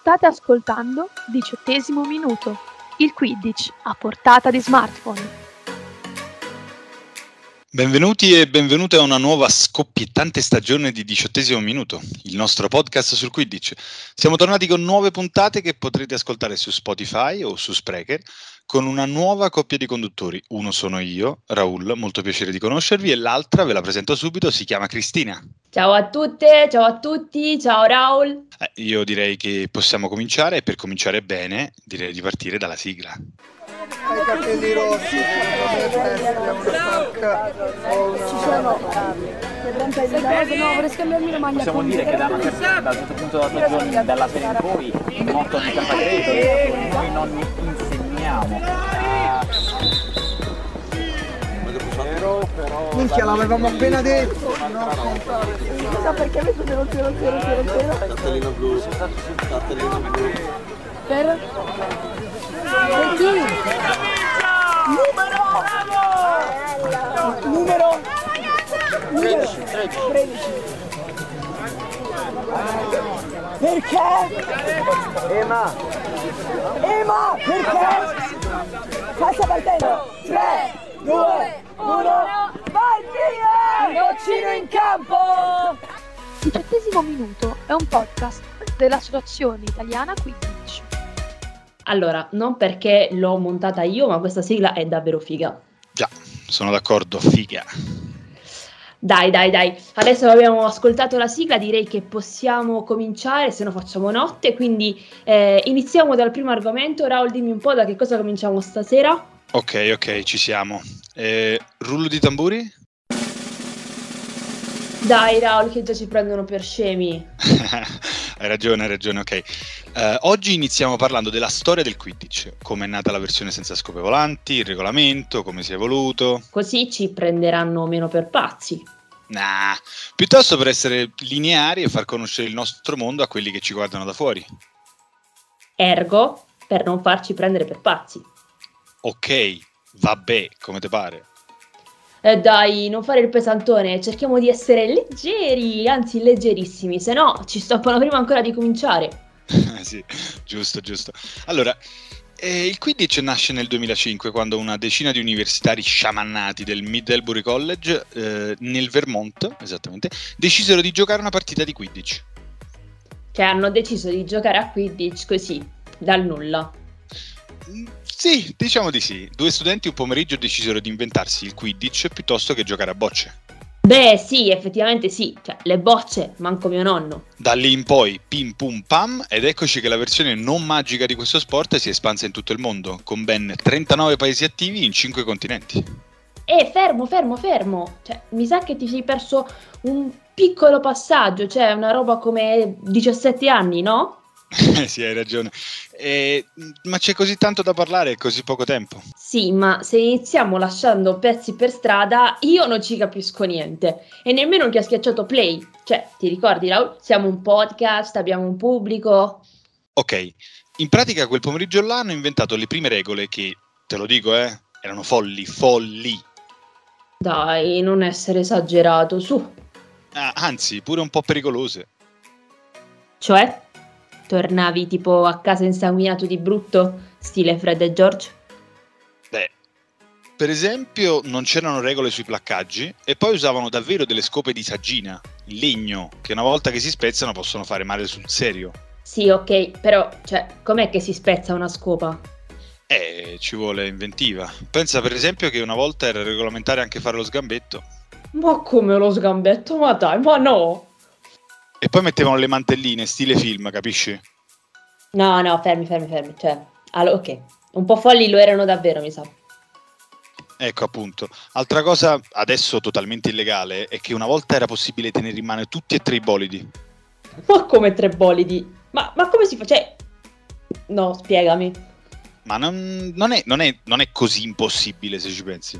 State ascoltando 18° minuto, il Quidditch a portata di smartphone. Benvenuti e benvenute a una nuova scoppiettante stagione di 18° minuto, il nostro podcast sul Quidditch. Siamo tornati con nuove puntate che potrete ascoltare su Spotify o su Spreaker con una nuova coppia di conduttori. Uno sono io, Raul, molto piacere di conoscervi, e l'altra, ve la presento subito, si chiama Cristina. Ciao a tutte, ciao a tutti, ciao Raul. Io direi che possiamo cominciare, e per cominciare bene direi di partire dalla sigla. I capelli rossi, vorrei scambiarmi la maglia. Possiamo dire che da un certo punto della stagione, dalla serie in poi, il motto di Campagreto, noi non insegniamo. Minchia, l'avevamo appena detto. Chissà perché adesso 0. Cartellino blu. Per chi? Numero 13. Perché? Ema, Perché? Falsa partita. 3, 2, 1, vai via! Goccino in campo! 18° minuto è un podcast dell'Associazione Italiana Quidditch. Allora, non perché l'ho montata io, ma questa sigla è davvero figa. Già, sono d'accordo, figa. Dai. Adesso che abbiamo ascoltato la sigla, direi che possiamo cominciare, se no facciamo notte. Quindi iniziamo dal primo argomento. Raul, dimmi un po' da che cosa cominciamo stasera. Ok, ci siamo. Rullo di tamburi? Dai Raul, che già ci prendono per scemi. Hai ragione, ok. Oggi iniziamo parlando della storia del Quidditch, come è nata la versione senza scope volanti, il regolamento, come si è evoluto. Così ci prenderanno meno per pazzi. Nah, piuttosto per essere lineari e far conoscere il nostro mondo a quelli che ci guardano da fuori. Ergo, per non farci prendere per pazzi. Ok, vabbè, come te pare. Dai, non fare il pesantone, cerchiamo di essere leggeri, anzi leggerissimi, se no ci stoppano prima ancora di cominciare. Sì, giusto. Allora, il Quidditch nasce nel 2005 quando una decina di universitari sciamannati del Middlebury College, nel Vermont, esattamente, decisero di giocare una partita di Quidditch. Cioè hanno deciso di giocare a Quidditch così, dal nulla. Sì, diciamo di sì. 2 studenti un pomeriggio decisero di inventarsi il Quidditch piuttosto che giocare a bocce. Beh sì, effettivamente sì, cioè le bocce, manco mio nonno. Da lì in poi, pim pum pam, ed eccoci che la versione non magica di questo sport si è espansa in tutto il mondo, con ben 39 paesi attivi in 5 continenti. Fermo. Cioè, mi sa che ti sei perso un piccolo passaggio, cioè una roba come 17 anni, no? Sì, hai ragione. Ma c'è così tanto da parlare e così poco tempo. Sì, ma se iniziamo lasciando pezzi per strada, io non ci capisco niente. E nemmeno chi ha schiacciato play. Cioè, ti ricordi, Raul? Siamo un podcast, abbiamo un pubblico. Ok, in pratica quel pomeriggio là hanno inventato le prime regole che, te lo dico, erano folli. Dai, non essere esagerato, su. Anzi, pure un po' pericolose. Cioè? Tornavi tipo a casa insanguinato di brutto, stile Fred e George? Beh, per esempio non c'erano regole sui placcaggi e poi usavano davvero delle scope di saggina, in legno, che una volta che si spezzano possono fare male sul serio. Sì, ok, però, cioè, com'è che si spezza una scopa? Ci vuole inventiva. Pensa per esempio che una volta era regolamentare anche fare lo sgambetto. Ma come lo sgambetto? Ma dai, ma no! E poi mettevano le mantelline, stile film, capisci? No, fermi, cioè, allora, ok, un po' folli lo erano davvero, mi sa. Ecco appunto. Altra cosa, adesso totalmente illegale, è che una volta era possibile tenere in mano tutti e 3 i bolidi. Ma come 3 bolidi? Ma come si fa? Cioè, no, spiegami. Ma non è così impossibile se ci pensi.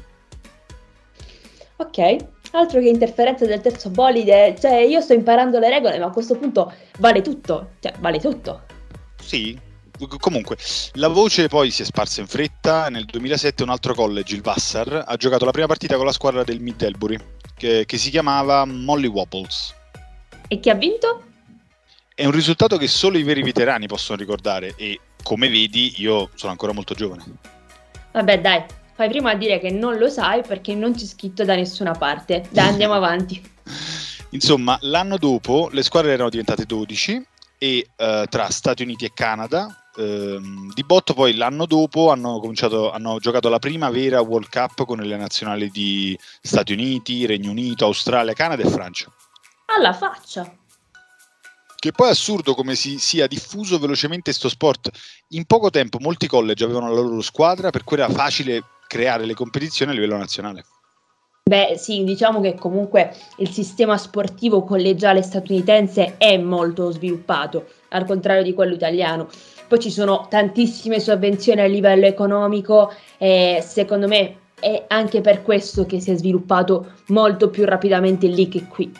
Ok, altro che interferenza del terzo bolide, cioè io sto imparando le regole, ma a questo punto vale tutto. Sì, comunque, la voce poi si è sparsa in fretta. Nel 2007 un altro college, il Vassar, ha giocato la prima partita con la squadra del Middlebury, che si chiamava Molly Wobbles. E chi ha vinto? È un risultato che solo i veri veterani possono ricordare e, come vedi, io sono ancora molto giovane. Vabbè, dai, fai prima a dire che non lo sai perché non c'è scritto da nessuna parte. Dai, andiamo avanti. Insomma, l'anno dopo le squadre erano diventate 12 e tra Stati Uniti e Canada, di botto poi l'anno dopo hanno giocato la prima vera World Cup con le nazionali di Stati Uniti, Regno Unito, Australia, Canada e Francia. Alla faccia! Che poi è assurdo come si sia diffuso velocemente sto sport. In poco tempo molti college avevano la loro squadra, per cui era facile creare le competizioni a livello nazionale. Beh, sì, diciamo che comunque il sistema sportivo collegiale statunitense è molto sviluppato, al contrario di quello italiano. Poi ci sono tantissime sovvenzioni a livello economico e secondo me è anche per questo che si è sviluppato molto più rapidamente lì che qui.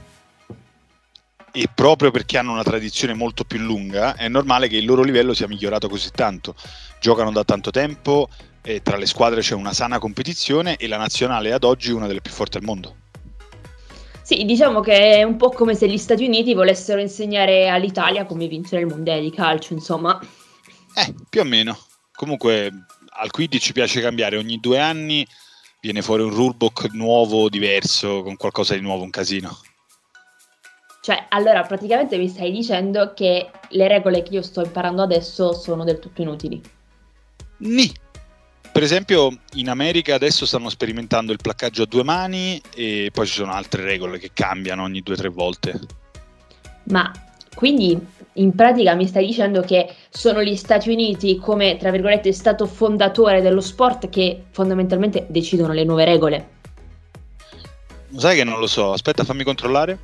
E proprio perché hanno una tradizione molto più lunga, è normale che il loro livello sia migliorato così tanto. Giocano da tanto tempo, e tra le squadre c'è una sana competizione e la nazionale è ad oggi una delle più forti al mondo. Sì, diciamo che è un po' come se gli Stati Uniti volessero insegnare all'Italia come vincere il mondiale di calcio, insomma. Più o meno. Comunque al Quidditch ci piace cambiare, ogni 2 anni viene fuori un rulebook nuovo, diverso, con qualcosa di nuovo, un casino. Cioè, allora praticamente mi stai dicendo che le regole che io sto imparando adesso sono del tutto inutili. Nì. Per esempio in America adesso stanno sperimentando il placcaggio a 2 mani e poi ci sono altre regole che cambiano ogni 2 o 3 volte. Ma quindi in pratica mi stai dicendo che sono gli Stati Uniti come, tra virgolette, stato fondatore dello sport che fondamentalmente decidono le nuove regole? Sai che non lo so, aspetta, fammi controllare.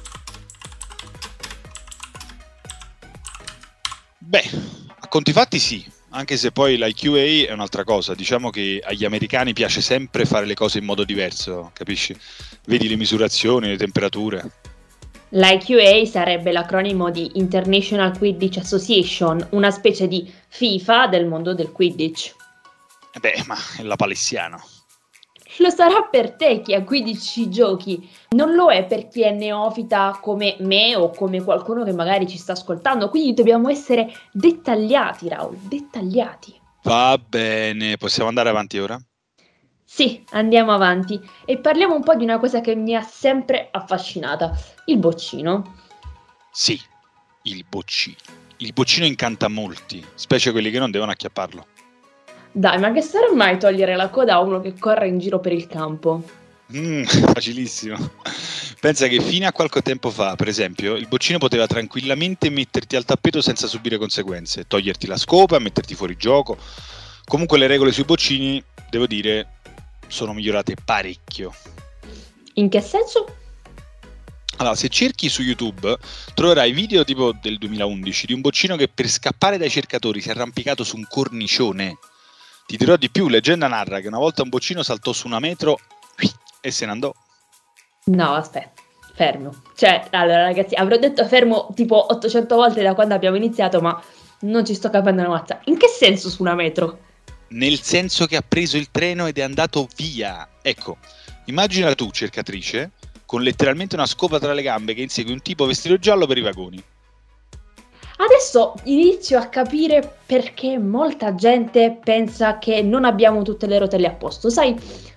Beh, a conti fatti sì, anche se poi l'IQA è un'altra cosa. Diciamo che agli americani piace sempre fare le cose in modo diverso, capisci? Vedi le misurazioni, le temperature. L'IQA sarebbe l'acronimo di International Quidditch Association, una specie di FIFA del mondo del Quidditch. Beh, ma è la palessiano. Lo sarà per te che a Quidditch ci giochi, non lo è per chi è neofita come me o come qualcuno che magari ci sta ascoltando, quindi dobbiamo essere dettagliati, Raul, dettagliati. Va bene, possiamo andare avanti ora? Sì, andiamo avanti e parliamo un po' di una cosa che mi ha sempre affascinata, il boccino. Sì, il boccino. Il boccino incanta molti, specie quelli che non devono acchiapparlo. Dai, ma che sarà mai togliere la coda a uno che corre in giro per il campo? Facilissimo. Pensa che fino a qualche tempo fa, per esempio, il boccino poteva tranquillamente metterti al tappeto senza subire conseguenze, toglierti la scopa, metterti fuori gioco. Comunque le regole sui boccini, devo dire, sono migliorate parecchio. In che senso? Allora, se cerchi su YouTube troverai video tipo del 2011 di un boccino che per scappare dai cercatori si è arrampicato su un cornicione. Ti dirò di più, leggenda narra che una volta un boccino saltò su 1 metro e se ne andò. No, aspetta, fermo. Cioè, allora ragazzi, avrò detto fermo tipo 800 volte da quando abbiamo iniziato, ma non ci sto capendo una mazza. In che senso su 1 metro? Nel senso che ha preso il treno ed è andato via. Ecco, immagina tu, cercatrice, con letteralmente una scopa tra le gambe che insegue un tipo vestito giallo per i vagoni. Adesso inizio a capire perché molta gente pensa che non abbiamo tutte le rotelle a posto, sai?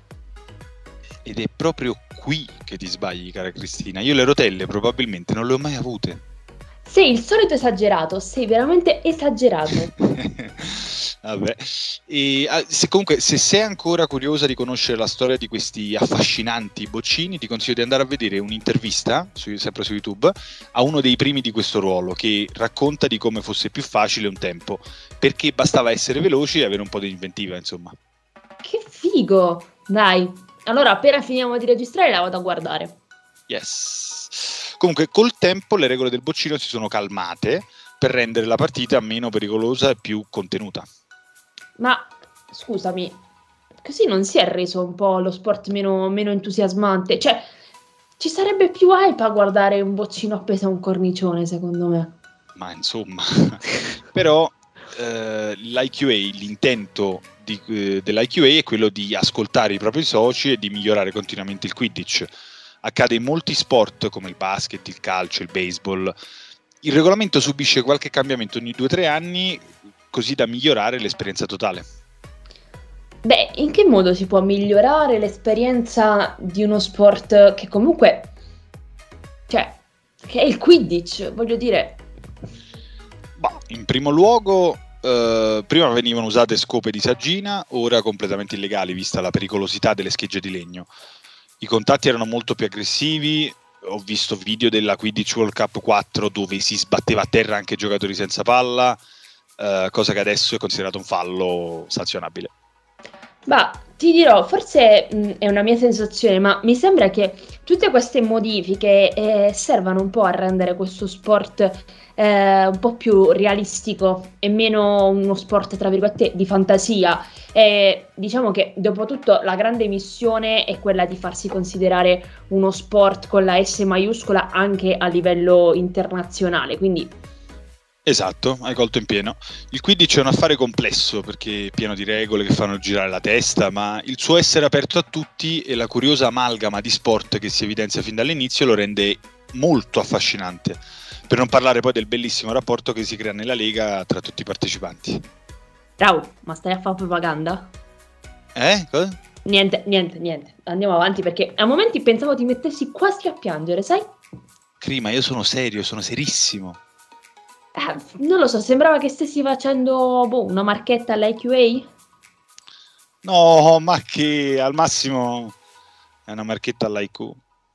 Ed è proprio qui che ti sbagli, cara Cristina. Io le rotelle probabilmente non le ho mai avute. Sei il solito esagerato, sei veramente esagerato. Vabbè. E, se sei ancora curiosa di conoscere la storia di questi affascinanti boccini, ti consiglio di andare a vedere un'intervista, sempre su YouTube, a uno dei primi di questo ruolo, che racconta di come fosse più facile un tempo, perché bastava essere veloci e avere un po' di inventiva, insomma. Che figo! Dai, allora appena finiamo di registrare la vado a guardare. Yes. Comunque col tempo le regole del boccino si sono calmate per rendere la partita meno pericolosa e più contenuta. Ma scusami, così non si è reso un po' lo sport meno entusiasmante? Cioè, ci sarebbe più hype a guardare un boccino appeso a un cornicione, secondo me. Ma insomma, però l'IQA, l'intento dell'IQA è quello di ascoltare i propri soci e di migliorare continuamente il Quidditch. Accade in molti sport come il basket, il calcio, il baseball, Il regolamento subisce qualche cambiamento ogni 2-3 anni, così da migliorare l'esperienza totale. Beh, in che modo si può migliorare l'esperienza di uno sport che comunque, cioè, che è il Quidditch, voglio dire. In primo luogo, prima venivano usate scope di saggina, ora completamente illegali vista la pericolosità delle schegge di legno. I contatti erano molto più aggressivi, ho visto video della Quidditch World Cup 4 dove si sbatteva a terra anche giocatori senza palla, cosa che adesso è considerato un fallo sanzionabile. Ti dirò, forse è una mia sensazione, ma mi sembra che tutte queste modifiche servano un po' a rendere questo sport un po' più realistico e meno uno sport, tra virgolette, di fantasia. Diciamo che dopo tutto la grande missione è quella di farsi considerare uno sport con la S maiuscola anche a livello internazionale, quindi... Esatto, hai colto in pieno. Il Quidditch è un affare complesso perché è pieno di regole che fanno girare la testa, ma il suo essere aperto a tutti e la curiosa amalgama di sport che si evidenzia fin dall'inizio lo rende molto affascinante. Per non parlare poi del bellissimo rapporto che si crea nella Lega tra tutti i partecipanti. Raul, ma stai a fare propaganda? Cosa? Niente. Andiamo avanti perché a momenti pensavo ti mettessi quasi a piangere, sai? Crima, io sono serio, sono serissimo. Non lo so, sembrava che stessi facendo una marchetta all'IQA? No, ma che al massimo è una marchetta all'IQ.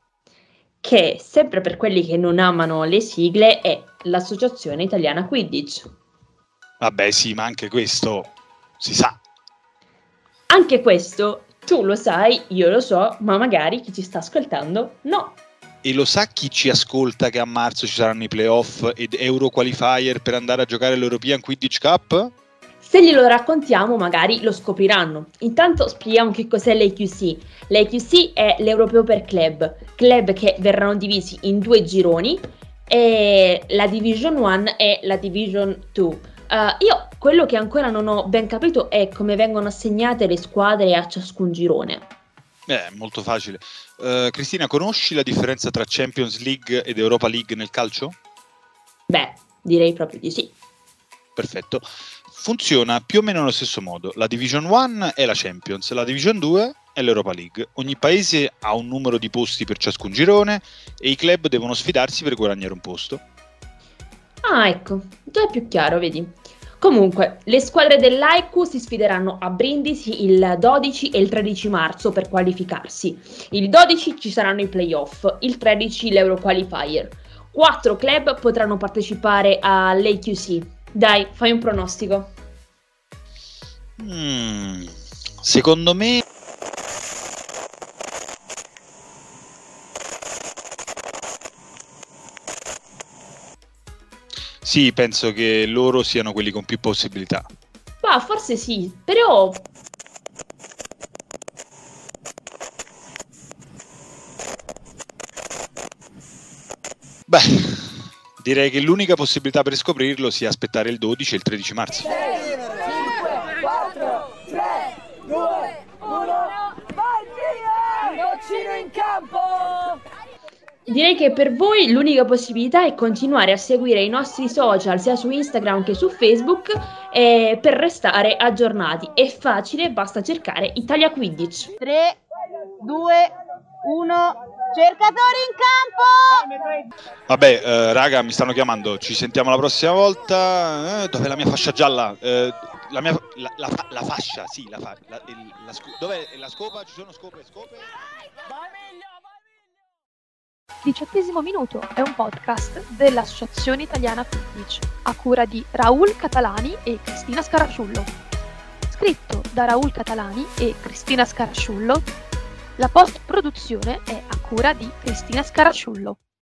Che, sempre per quelli che non amano le sigle, è l'Associazione Italiana Quidditch. Vabbè sì, ma anche questo si sa. Anche questo tu lo sai, io lo so, ma magari chi ci sta ascoltando no. E lo sa chi ci ascolta che a marzo ci saranno i playoff ed Euro Qualifier per andare a giocare l'European Quidditch Cup? Se glielo raccontiamo magari lo scopriranno. Intanto spieghiamo che cos'è l'AQC. L'AQC è l'Europeo per club che verranno divisi in 2 gironi e la Division 1 e la Division 2. Io quello che ancora non ho ben capito è come vengono assegnate le squadre a ciascun girone. Molto facile. Cristina, conosci la differenza tra Champions League ed Europa League nel calcio? Beh, direi proprio di sì. Perfetto. Funziona più o meno nello stesso modo. La Division 1 è la Champions, la Division 2 è l'Europa League. Ogni paese ha un numero di posti per ciascun girone e i club devono sfidarsi per guadagnare un posto. Ah, ecco, già è più chiaro, vedi. Comunque, le squadre dell'AIQ si sfideranno a Brindisi il 12 e il 13 marzo per qualificarsi. Il 12 ci saranno i playoff, il 13 l'Euro Qualifier. 4 club potranno partecipare all'AQC. Dai, fai un pronostico. Secondo me... Sì, penso che loro siano quelli con più possibilità. Forse sì, però... Beh, direi che l'unica possibilità per scoprirlo sia aspettare il 12 e il 13 marzo. 5, 4, 3, 2, 1, vai via! Nocino in campo! Direi che per voi l'unica possibilità è continuare a seguire i nostri social sia su Instagram che su Facebook per restare aggiornati. È facile, basta cercare Italia Quidditch. 3, 2, 1, cercatori in campo! Vabbè, raga, mi stanno chiamando, ci sentiamo la prossima volta. Dov'è la mia fascia gialla? La fascia, sì, dov'è la scopa? Ci sono scope? Vai meglio! 18° minuto è un podcast dell'Associazione Italiana Quidditch a cura di Raul Catalani e Cristina Scarasciullo. Scritto da Raul Catalani e Cristina Scarasciullo, la post-produzione è a cura di Cristina Scarasciullo.